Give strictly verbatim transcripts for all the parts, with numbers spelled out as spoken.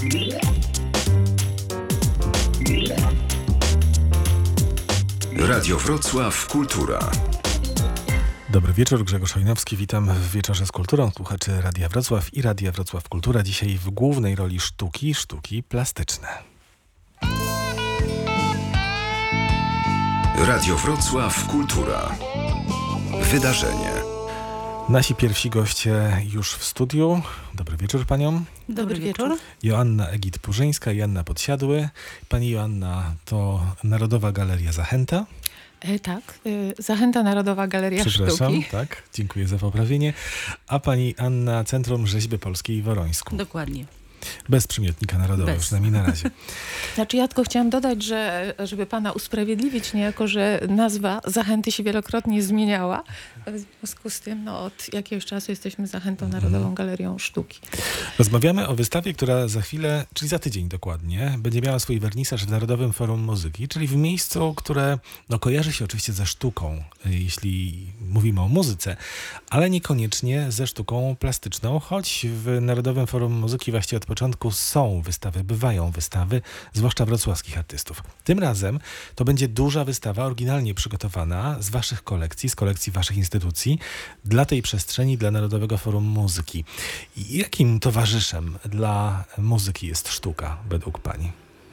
Radio Wrocław Kultura. Dobry wieczór, Grzegorz Hojnowski. Witam w Wieczorze z Kulturą słuchaczy Radia Wrocław i Radia Wrocław Kultura. Dzisiaj w głównej roli sztuki, sztuki plastyczne. Radio Wrocław Kultura. Wydarzenie. Nasi pierwsi goście już w studiu. Dobry wieczór paniom. Dobry wieczór. Joanna Egid-Purzyńska i Anna Podsiadły. Pani Joanna to Narodowa Galeria Zachęta. E, tak, e, Zachęta Narodowa Galeria Przepraszam, Sztuki. tak, dziękuję za poprawienie. A pani Anna Centrum Rzeźby Polskiej w Orońsku. Dokładnie. Bez przymiotnika narodowego, Bez. przynajmniej na razie. Znaczy ja tylko chciałam dodać, że żeby pana usprawiedliwić niejako, że nazwa Zachęty się wielokrotnie zmieniała. W związku z tym no, od jakiegoś czasu jesteśmy Zachętą Narodową Galerią Sztuki. Rozmawiamy o wystawie, która za chwilę, czyli za tydzień dokładnie, będzie miała swój wernisaż w Narodowym Forum Muzyki, czyli w miejscu, które no, kojarzy się oczywiście ze sztuką, jeśli mówimy o muzyce, ale niekoniecznie ze sztuką plastyczną, choć w Narodowym Forum Muzyki właściwie od początku są wystawy, bywają wystawy, zwłaszcza wrocławskich artystów. Tym razem to będzie duża wystawa, oryginalnie przygotowana z waszych kolekcji, z kolekcji waszych instytucji, dla tej przestrzeni, dla Narodowego Forum Muzyki. I jakim towarzyszem dla muzyki jest sztuka, według pani?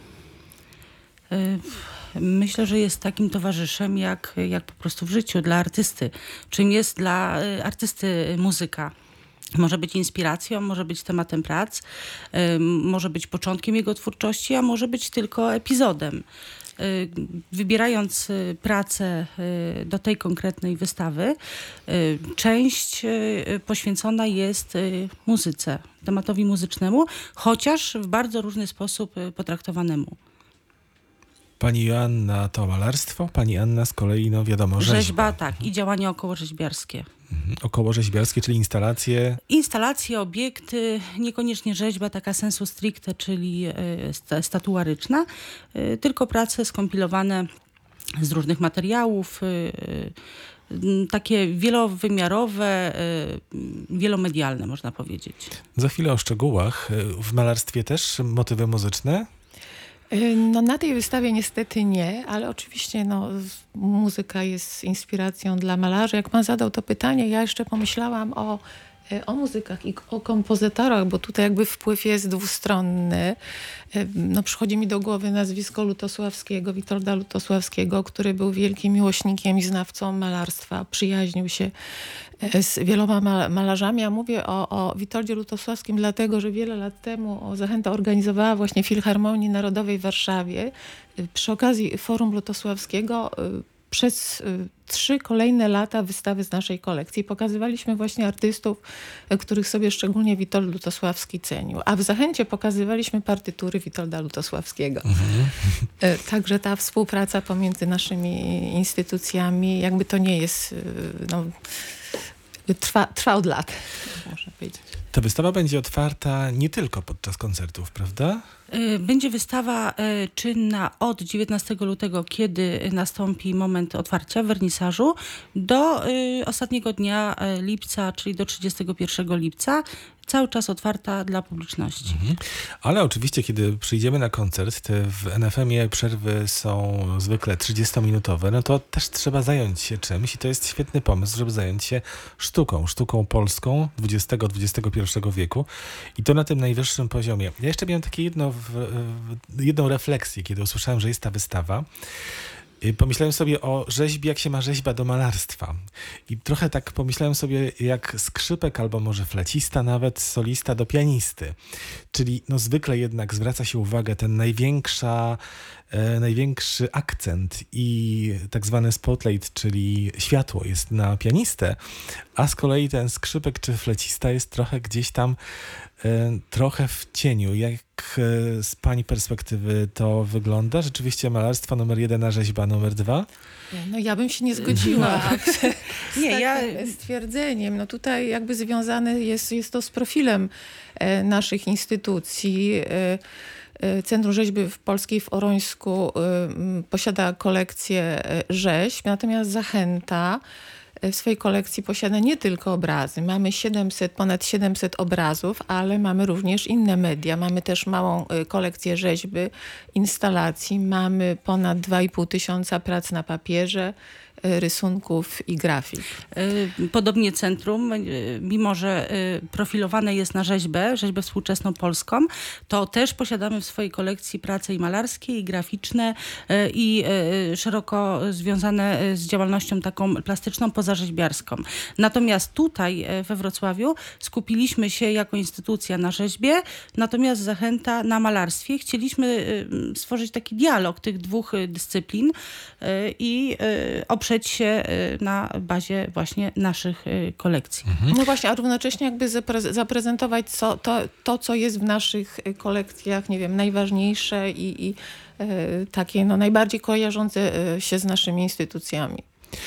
Myślę, że jest takim towarzyszem, jak, jak po prostu w życiu, dla artysty. Czym jest dla artysty muzyka? Może być inspiracją, może być tematem prac, może być początkiem jego twórczości, a może być tylko epizodem. Wybierając pracę do tej konkretnej wystawy, część poświęcona jest muzyce, tematowi muzycznemu, chociaż w bardzo różny sposób potraktowanemu. Pani Joanna to malarstwo, pani Anna z kolei, no wiadomo, rzeźba. Rzeźba, tak, i działania okołorzeźbiarskie. Mhm. Okołorzeźbiarskie, czyli instalacje. Instalacje, obiekty, niekoniecznie rzeźba taka sensu stricte, czyli y, statuaryczna, y, tylko prace skompilowane z różnych materiałów, y, y, takie wielowymiarowe, y, wielomedialne można powiedzieć. Za chwilę o szczegółach. W malarstwie też motywy muzyczne? No na tej wystawie niestety nie, ale oczywiście no, muzyka jest inspiracją dla malarzy. Jak pan zadał to pytanie, ja jeszcze pomyślałam o, o muzykach i o kompozytorach, bo tutaj jakby wpływ jest dwustronny. No, przychodzi mi do głowy nazwisko Lutosławskiego, Witolda Lutosławskiego, który był wielkim miłośnikiem i znawcą malarstwa. Przyjaźnił się z wieloma malarzami. Ja mówię o, o Witoldzie Lutosławskim dlatego, że wiele lat temu Zachęta organizowała właśnie Filharmonii Narodowej w Warszawie. Przy okazji Forum Lutosławskiego przez trzy kolejne lata wystawy z naszej kolekcji pokazywaliśmy właśnie artystów, których sobie szczególnie Witold Lutosławski cenił. A w Zachęcie pokazywaliśmy partytury Witolda Lutosławskiego. Mhm. Także ta współpraca pomiędzy naszymi instytucjami, jakby to nie jest, no, trwa, trwa od lat, można powiedzieć. Ta wystawa będzie otwarta nie tylko podczas koncertów, prawda? Będzie wystawa czynna od dziewiętnastego lutego, kiedy nastąpi moment otwarcia wernisażu, do ostatniego dnia lipca, czyli do trzydziestego pierwszego lipca. Cały czas otwarta dla publiczności. Mhm. Ale oczywiście, kiedy przyjdziemy na koncert, te w en ef emie przerwy są zwykle trzydziestominutowe, no to też trzeba zająć się czymś i to jest świetny pomysł, żeby zająć się sztuką, sztuką polską dwudziestego dwudziestego pierwszego wieku i to na tym najwyższym poziomie. Ja jeszcze miałem takie jedno, w, w, jedną refleksję, kiedy usłyszałem, że jest ta wystawa. Pomyślałem sobie o rzeźbie, jak się ma rzeźba do malarstwa. I trochę tak pomyślałem sobie, jak skrzypek albo może flecista, nawet solista do pianisty. Czyli no zwykle jednak zwraca się uwagę ten największa, e, największy akcent i tak zwany spotlight, czyli światło jest na pianistę, a z kolei ten skrzypek czy flecista jest trochę gdzieś tam e, trochę w cieniu. Jak e, z pani perspektywy to wygląda? Rzeczywiście malarstwo numer jeden, a rzeźba numer dwa? No ja bym się nie zgodziła z nie, takim ja... stwierdzeniem. No tutaj jakby związane jest, jest to z profilem e, naszych instytucji. E, Centrum Rzeźby Polskiej w Orońsku y, posiada kolekcję rzeźb, natomiast Zachęta w swojej kolekcji posiada nie tylko obrazy. Mamy siedemset, ponad siedemset obrazów, ale mamy również inne media. Mamy też małą kolekcję rzeźby, instalacji. Mamy ponad dwa i pół tysiąca prac na papierze, rysunków i grafik. Podobnie centrum, mimo że profilowane jest na rzeźbę, rzeźbę współczesną polską, to też posiadamy w swojej kolekcji prace i malarskie, i graficzne, i szeroko związane z działalnością taką plastyczną, pozarzeźbiarską. Natomiast tutaj we Wrocławiu skupiliśmy się jako instytucja na rzeźbie, natomiast Zachęta na malarstwie. Chcieliśmy stworzyć taki dialog tych dwóch dyscyplin i oprzeć się na bazie właśnie naszych kolekcji. Mhm. No właśnie, a równocześnie jakby zapre- zaprezentować co, to, to, co jest w naszych kolekcjach, nie wiem, najważniejsze i, i e, takie no, najbardziej kojarzące się z naszymi instytucjami.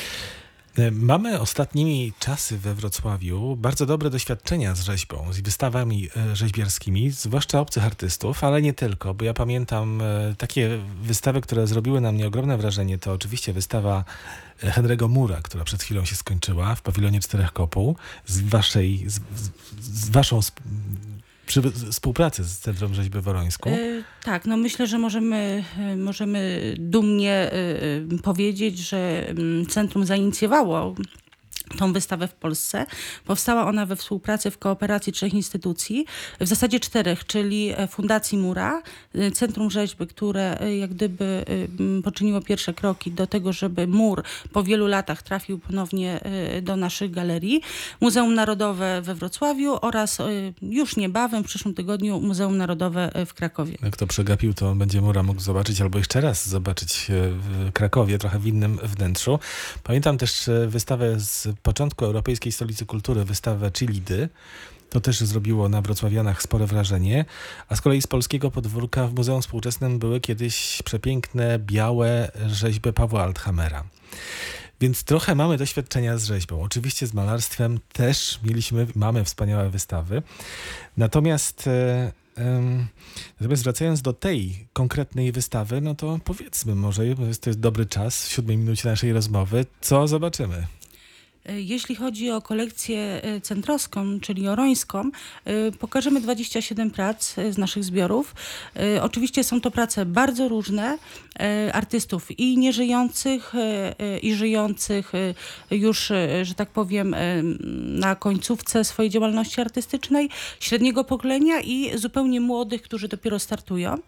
Mamy ostatnimi czasy we Wrocławiu bardzo dobre doświadczenia z rzeźbą, z wystawami rzeźbiarskimi, zwłaszcza obcych artystów, ale nie tylko, bo ja pamiętam takie wystawy, które zrobiły na mnie ogromne wrażenie. To oczywiście wystawa Henry'ego Moora, która przed chwilą się skończyła w pawilonie Czterech Kopuł, z waszej, z, z waszą sp- przy współpracy z Centrum Rzeźby Worońsku. Yy, tak, no myślę, że możemy, możemy dumnie yy, powiedzieć, że centrum zainicjowało tą wystawę w Polsce. Powstała ona we współpracy, w kooperacji trzech instytucji, w zasadzie czterech, czyli Fundacji Moora, Centrum Rzeźby, które jak gdyby poczyniło pierwsze kroki do tego, żeby Moor po wielu latach trafił ponownie do naszych galerii, Muzeum Narodowe we Wrocławiu oraz już niebawem, w przyszłym tygodniu, Muzeum Narodowe w Krakowie. Kto przegapił, to będzie Moora mógł zobaczyć albo jeszcze raz zobaczyć w Krakowie, trochę w innym wnętrzu. Pamiętam też wystawę z początku Europejskiej Stolicy Kultury, wystawę Chilidy. To też zrobiło na wrocławianach spore wrażenie. A z kolei z polskiego podwórka w Muzeum Współczesnym były kiedyś przepiękne, białe rzeźby Pawła Althamera. Więc trochę mamy doświadczenia z rzeźbą. Oczywiście z malarstwem też mieliśmy, mamy wspaniałe wystawy. Natomiast... E, Natomiast wracając do tej konkretnej wystawy, no to powiedzmy może, to jest dobry czas w siódmej minucie naszej rozmowy, co zobaczymy? Jeśli chodzi o kolekcję centrowską, czyli jorońską, pokażemy dwadzieścia siedem prac z naszych zbiorów. Oczywiście są to prace bardzo różne, artystów i nieżyjących, i żyjących już, że tak powiem, na końcówce swojej działalności artystycznej, średniego pokolenia i zupełnie młodych, którzy dopiero startują.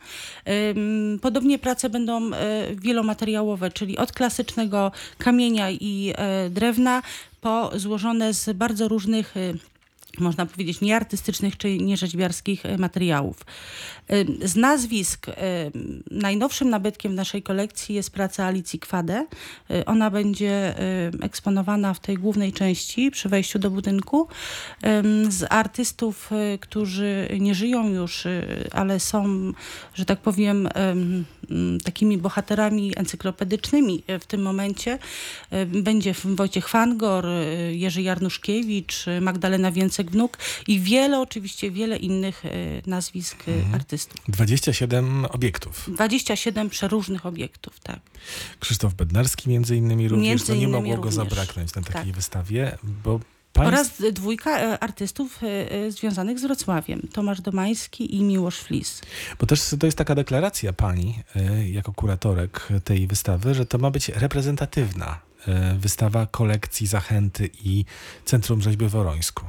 Podobnie prace będą wielomateriałowe, czyli od klasycznego kamienia i drewna, po złożone z bardzo różnych, można powiedzieć, nieartystycznych czy nierzeźbiarskich materiałów. Z nazwisk najnowszym nabytkiem w naszej kolekcji jest praca Alicji Kwadę. Ona będzie eksponowana w tej głównej części przy wejściu do budynku. Z artystów, którzy nie żyją już, ale są, że tak powiem, takimi bohaterami encyklopedycznymi w tym momencie, będzie Wojciech Fangor, Jerzy Jarnuszkiewicz, Magdalena Więcek-Wnuk i wiele, oczywiście wiele innych nazwisk mhm. artystów. dwadzieścia siedem obiektów. dwadzieścia siedem przeróżnych obiektów, tak. Krzysztof Bednarski między innymi również, między no nie innymi mogło również. go zabraknąć na takiej tak. wystawie, bo państw... Oraz dwójka artystów związanych z Wrocławiem. Tomasz Domański i Miłosz Flis. Bo też to jest taka deklaracja pani, jako kuratorek tej wystawy, że to ma być reprezentatywna wystawa kolekcji Zachęty i Centrum Rzeźby Worońsku.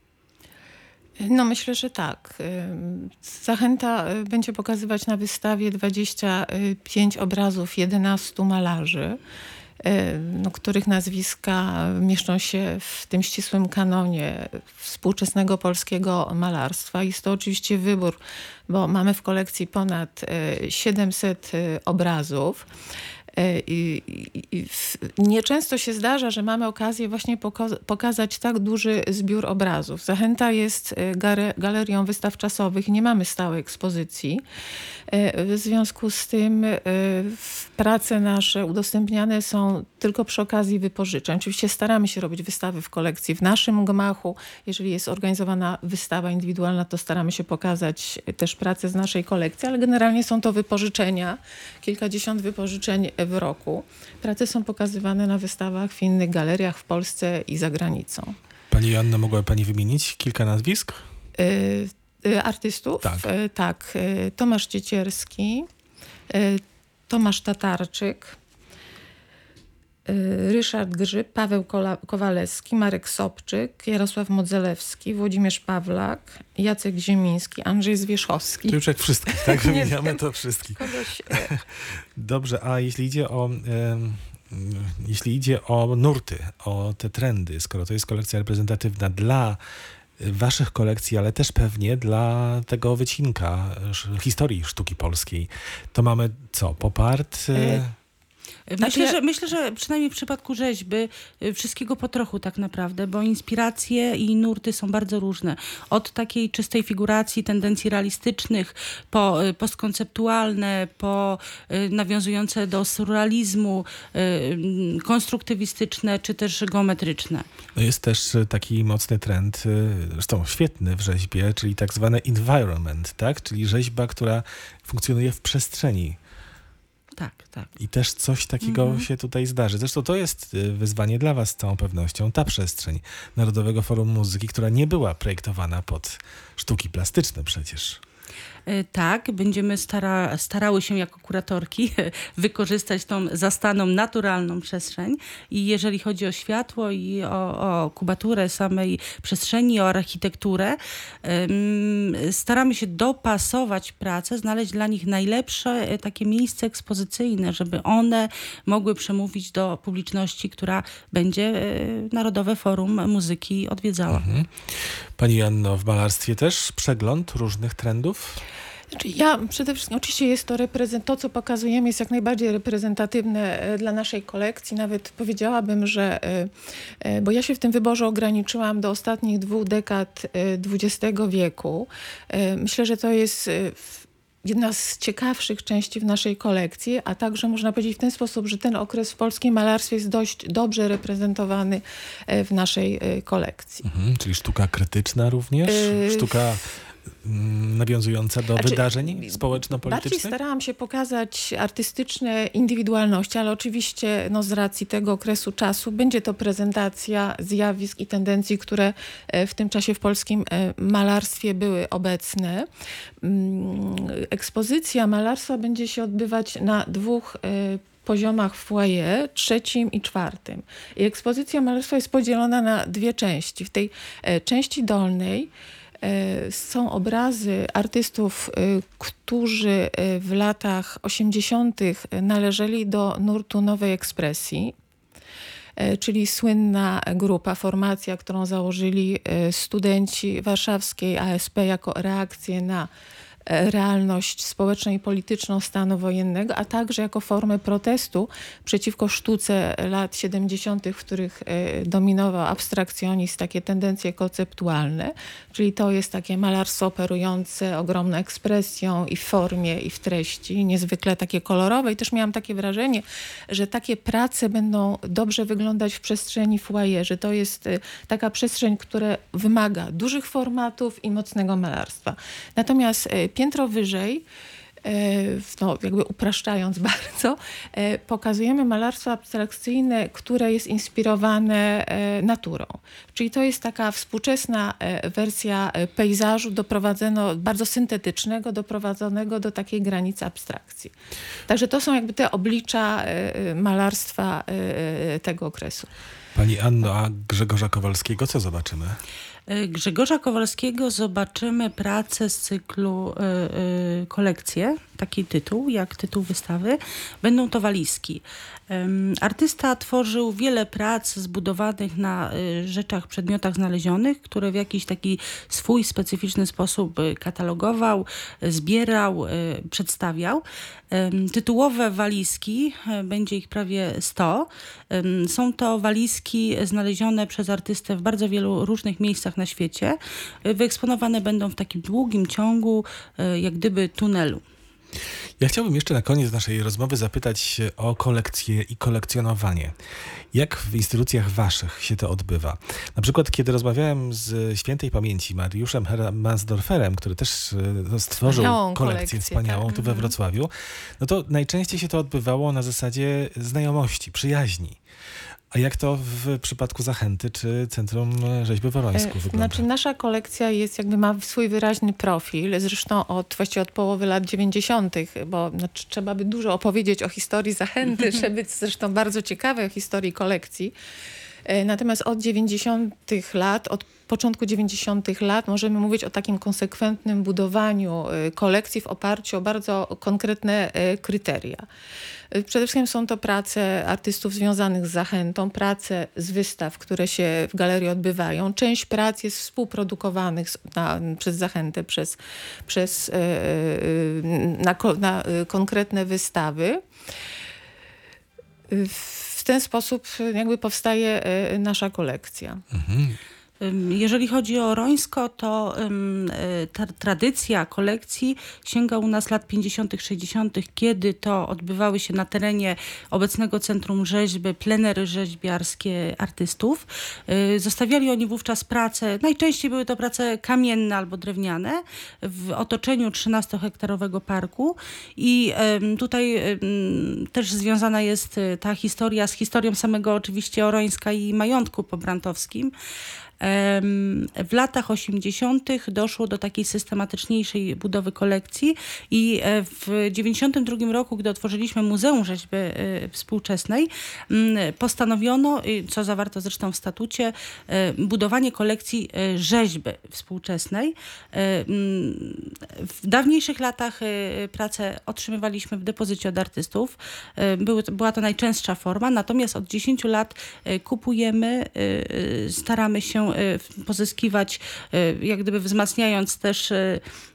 No myślę, że tak. Zachęta będzie pokazywać na wystawie dwadzieścia pięć obrazów jedenastu malarzy, no, których nazwiska mieszczą się w tym ścisłym kanonie współczesnego polskiego malarstwa. Jest to oczywiście wybór, bo mamy w kolekcji ponad siedemset obrazów. I, i, i nieczęsto się zdarza, że mamy okazję właśnie poka- pokazać tak duży zbiór obrazów. Zachęta jest gare- galerią wystaw czasowych, nie mamy stałej ekspozycji. W związku z tym prace nasze udostępniane są tylko przy okazji wypożyczeń. Oczywiście staramy się robić wystawy w kolekcji w naszym gmachu. Jeżeli jest organizowana wystawa indywidualna, to staramy się pokazać też prace z naszej kolekcji, ale generalnie są to wypożyczenia, kilkadziesiąt wypożyczeń w roku. Prace są pokazywane na wystawach w innych galeriach w Polsce i za granicą. Pani Joanno, mogłaby pani wymienić kilka nazwisk? Y, y, artystów? Tak. Y, tak. Y, Tomasz Ciecierski, y, Tomasz Tatarczyk, y, Ryszard Grzyb, Paweł Kola- Kowalewski, Marek Sobczyk, Jarosław Modzelewski, Włodzimierz Pawlak, Jacek Ziemiński, Andrzej Zwierzchowski. To już jak wszystkich, tak? Nie Wymieniamy wiem. to wszystkich. Kogoś, y, Dobrze, a jeśli idzie o... em, jeśli idzie o nurty, o te trendy, skoro to jest kolekcja reprezentatywna dla waszych kolekcji, ale też pewnie dla tego wycinka sz- historii sztuki polskiej, to mamy co? Pop art? E, Myślę, ja- że, myślę, że przynajmniej w przypadku rzeźby y, wszystkiego po trochu tak naprawdę, bo inspiracje i nurty są bardzo różne. Od takiej czystej figuracji, tendencji realistycznych, po y, postkonceptualne, po y, nawiązujące do surrealizmu, y, y, konstruktywistyczne czy też geometryczne. No jest też taki mocny trend, y, zresztą świetny w rzeźbie, czyli tak zwany environment, tak? Czyli rzeźba, która funkcjonuje w przestrzeni. Tak, tak. I też coś takiego Mhm. się tutaj zdarzy. Zresztą to jest y, wyzwanie dla was z całą pewnością. Ta przestrzeń Narodowego Forum Muzyki, która nie była projektowana pod sztuki plastyczne przecież. E, Tak, będziemy stara, starały się jako kuratorki wykorzystać tą zastaną, naturalną przestrzeń i jeżeli chodzi o światło i o, o kubaturę samej przestrzeni, o architekturę, em, staramy się dopasować pracę, znaleźć dla nich najlepsze e, takie miejsce ekspozycyjne, żeby one mogły przemówić do publiczności, która będzie e, Narodowe Forum Muzyki odwiedzała. Mhm. Pani Joanno, w malarstwie też przegląd różnych trendów? Znaczy ja przede wszystkim, oczywiście jest to reprezent, to, co pokazujemy, jest jak najbardziej reprezentatywne e, dla naszej kolekcji. Nawet powiedziałabym, że, e, e, bo ja się w tym wyborze ograniczyłam do ostatnich dwóch dekad e, dwudziestego wieku. E, Myślę, że to jest e, w- jedna z ciekawszych części w naszej kolekcji, a także można powiedzieć w ten sposób, że ten okres w polskim malarstwie jest dość dobrze reprezentowany e, w naszej e, kolekcji. Mhm. Czyli sztuka krytyczna również? Yy, Sztuka mm, nawiązująca do Znaczy, wydarzeń Bardziej społeczno-politycznych? starałam się pokazać artystyczne indywidualności, ale oczywiście no, z racji tego okresu czasu będzie to prezentacja zjawisk i tendencji, które e, w tym czasie w polskim e, malarstwie były obecne. Mm, Ekspozycja malarstwa będzie się odbywać na dwóch e, poziomach w foyer, trzecim i czwartym. I ekspozycja malarstwa jest podzielona na dwie części. W tej e, części dolnej e, są obrazy artystów, e, którzy e, w latach osiemdziesiątych należeli do nurtu nowej ekspresji, e, czyli słynna grupa, formacja, którą założyli e, studenci warszawskiej A S P jako reakcję na e, realność społeczną i polityczną stanu wojennego, a także jako formę protestu przeciwko sztuce lat siedemdziesiątych, w których e, dominował abstrakcjonizm, takie tendencje konceptualne, czyli to jest takie malarstwo operujące ogromną ekspresją i w formie, i w treści, niezwykle takie kolorowe i też miałam takie wrażenie, że takie prace będą dobrze wyglądać w przestrzeni foyer, że to jest e, taka przestrzeń, która wymaga dużych formatów i mocnego malarstwa. Natomiast e, piętro wyżej, e, no jakby upraszczając bardzo, e, pokazujemy malarstwo abstrakcyjne, które jest inspirowane e, naturą. Czyli to jest taka współczesna e, wersja e, pejzażu doprowadzeno, bardzo syntetycznego, doprowadzonego do takiej granicy abstrakcji. Także to są jakby te oblicza e, e, malarstwa e, e, tego okresu. Pani Anno, a Grzegorza Kowalskiego co zobaczymy? Y, Grzegorza Kowalskiego zobaczymy pracę z cyklu y, y, Kolekcje, taki tytuł, jak tytuł wystawy. Będą to walizki. Ym, Artysta tworzył wiele prac zbudowanych na y, rzeczach, przedmiotach znalezionych, które w jakiś taki swój specyficzny sposób y, katalogował, y, zbierał, y, przedstawiał. Ym, Tytułowe walizki, y, będzie ich prawie sto. Ym, Są to walizki znalezione przez artystę w bardzo wielu różnych miejscach na świecie. Y, Wyeksponowane będą w takim długim ciągu, y, jak gdyby tunelu. Ja chciałbym jeszcze na koniec naszej rozmowy zapytać o kolekcję i kolekcjonowanie. Jak w instytucjach waszych się to odbywa? Na przykład, kiedy rozmawiałem z świętej pamięci Mariuszem Hermansdorferem, który też e, stworzył Wspaniałą kolekcję, kolekcję, wspaniałą tak. tu we Wrocławiu, no to najczęściej się to odbywało na zasadzie znajomości, przyjaźni. A jak to w przypadku Zachęty czy Centrum Rzeźby w Orońsku E, wygląda? Znaczy nasza kolekcja jest jakby ma swój wyraźny profil, zresztą od właściwie od połowy lat dziewięćdziesiątych, bo znaczy, trzeba by dużo opowiedzieć o historii Zachęty, żeby zresztą bardzo ciekawej historii kolekcji. E, Natomiast od dziewięćdziesiątych lat, od początku dziewięćdziesiątych lat możemy mówić o takim konsekwentnym budowaniu e, kolekcji w oparciu o bardzo konkretne e, kryteria. E, Przede wszystkim są to prace artystów związanych z Zachętą, prace z wystaw, które się w galerii odbywają. Część prac jest współprodukowanych z- na, przez Zachętę, przez, przez, e, e, na, ko- na e, konkretne wystawy. W ten sposób jakby powstaje e, nasza kolekcja. Mhm. Ym, Jeżeli chodzi o Orońsko, to ym, y, ta tradycja kolekcji sięga u nas lat pięćdziesiątych, sześćdziesiątych, kiedy to odbywały się na terenie obecnego Centrum Rzeźby plenery rzeźbiarskie artystów. Y, Zostawiali oni wówczas prace, najczęściej były to prace kamienne albo drewniane, w otoczeniu trzynastohektarowego parku i ym, tutaj ym, też związana jest y, ta historia z historią samego oczywiście Orońska i majątku pobrantowskim. Em, W latach osiemdziesiątych doszło do takiej systematyczniejszej budowy kolekcji i e, w dziewięćdziesiątym drugim roku, gdy otworzyliśmy Muzeum Rzeźby e, Współczesnej, m, postanowiono, i co zawarto zresztą w statucie, e, budowanie kolekcji e, rzeźby współczesnej. E, m, W dawniejszych latach e, pracę otrzymywaliśmy w depozycie od artystów. E, Były, była to najczęstsza forma, natomiast od dziesięciu lat e, kupujemy, e, e, staramy się e, pozyskiwać, e, jak gdyby wzmacniając też e,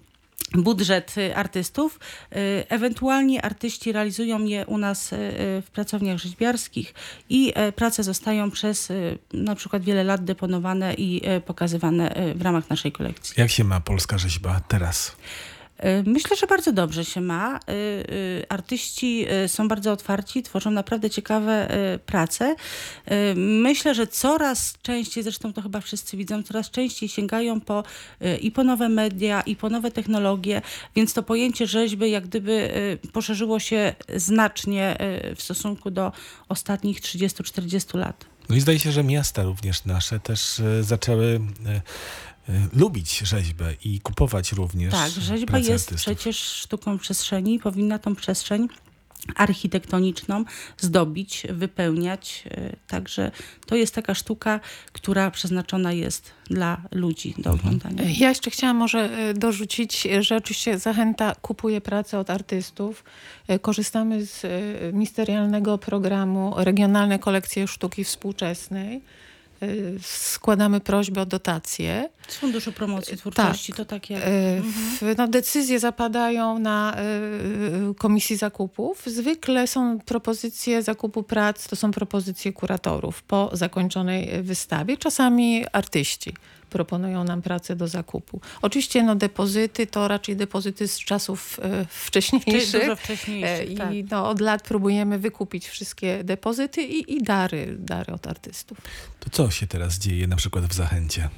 budżet e, artystów. E, Ewentualnie artyści realizują je u nas e, w pracowniach rzeźbiarskich i e, prace zostają przez e, na przykład wiele lat deponowane i e, pokazywane e, w ramach naszej kolekcji. Jak się ma polska rzeźba teraz? E, Myślę, że bardzo dobrze się ma. E, e, Artyści e, są bardzo otwarci, tworzą naprawdę ciekawe e, prace. E, Myślę, że coraz częściej, zresztą to chyba wszyscy widzą, coraz częściej sięgają po e, i po nowe media, i po nowe technologie, więc to pojęcie rzeźby jak gdyby e, poszerzyło się znacznie e, w stosunku do ostatnich trzydziestu czterdziestu lat. No i zdaje się, że miasta również nasze też e, zaczęły e, e, lubić rzeźbę i kupować również Tak, rzeźba prace jest artystów. przecież sztuką przestrzeni i powinna tą przestrzeń architektoniczną zdobić, wypełniać. e, Także to jest taka sztuka, która przeznaczona jest dla ludzi do oglądania. Ja jeszcze chciałam może e, dorzucić, e, że oczywiście Zachęta kupuje pracę od artystów. E, Korzystamy z e, ministerialnego programu Regionalne Kolekcje Sztuki Współczesnej. E, Składamy prośbę o dotacje. Z Funduszu Promocji Twórczości to takie... E, w, no, decyzje zapadają na e, Komisji Zakupów. Zwykle są propozycje zakupu prac, to są propozycje kuratorów po zakończonej e, wystawie. Czasami artyści proponują nam pracę do zakupu. Oczywiście no, depozyty to raczej depozyty z czasów e, wcześniejszych. Dużo E, wcześniejszych, I tak. no, od lat próbujemy wykupić wszystkie depozyty i, i dary, dary od artystów. To co się teraz dzieje na przykład w Zachęcie?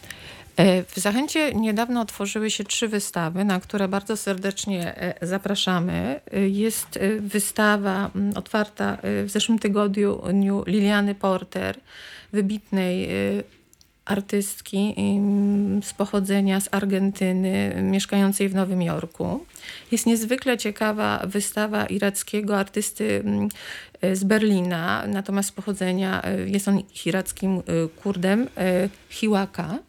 E, W Zachęcie niedawno otworzyły się trzy wystawy, na które bardzo serdecznie e, zapraszamy. E, Jest e, wystawa m, otwarta e, w zeszłym tygodniu Liliany Porter, wybitnej e, artystki em, z pochodzenia z Argentyny, mieszkającej w Nowym Jorku. Jest niezwykle ciekawa wystawa irackiego artysty em, e, z Berlina, natomiast z pochodzenia, e, jest on irackim e, Kurdem, e, Hiłaka.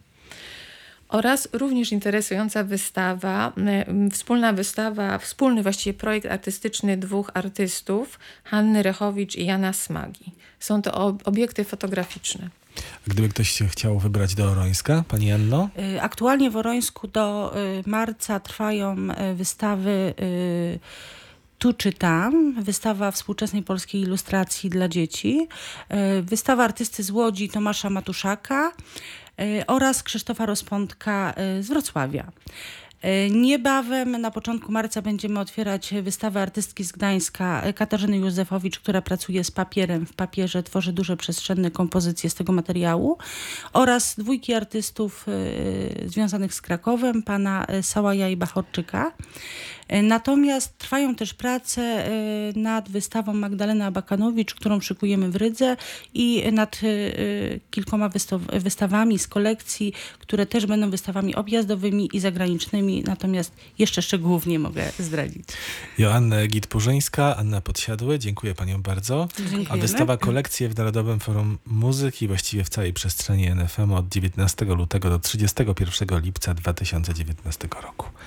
Oraz również interesująca wystawa, e, wspólna wystawa, wspólny właściwie projekt artystyczny dwóch artystów, Hanny Rechowicz i Jana Smagi. Są to ob- obiekty fotograficzne. Gdyby ktoś się chciał wybrać do Orońska, pani Anno? Y, Aktualnie w Orońsku do y, marca trwają y, wystawy y, Tu czy tam, wystawa współczesnej polskiej ilustracji dla dzieci, y, wystawa artysty z Łodzi Tomasza Matuszaka y, oraz Krzysztofa Rozpądka y, z Wrocławia. Niebawem, na początku marca, będziemy otwierać wystawę artystki z Gdańska Katarzyny Józefowicz, która pracuje z papierem. W papierze tworzy duże przestrzenne kompozycje z tego materiału, oraz dwójki artystów y, związanych z Krakowem, pana Sałaja i Bachorczyka. Natomiast trwają też prace y, nad wystawą Magdaleny Abakanowicz, którą szykujemy w Rydze, i nad y, kilkoma wystaw- wystawami z kolekcji, które też będą wystawami objazdowymi i zagranicznymi, natomiast jeszcze szczegółów nie mogę zdradzić. Joanna Git-Purzyńska, Anna Podsiadły, dziękuję paniom bardzo. Dziękujemy. A wystawa Kolekcje w Narodowym Forum Muzyki, właściwie w całej przestrzeni N F M, od dziewiętnastego lutego do trzydziestego pierwszego lipca dwa tysiące dziewiętnastego roku.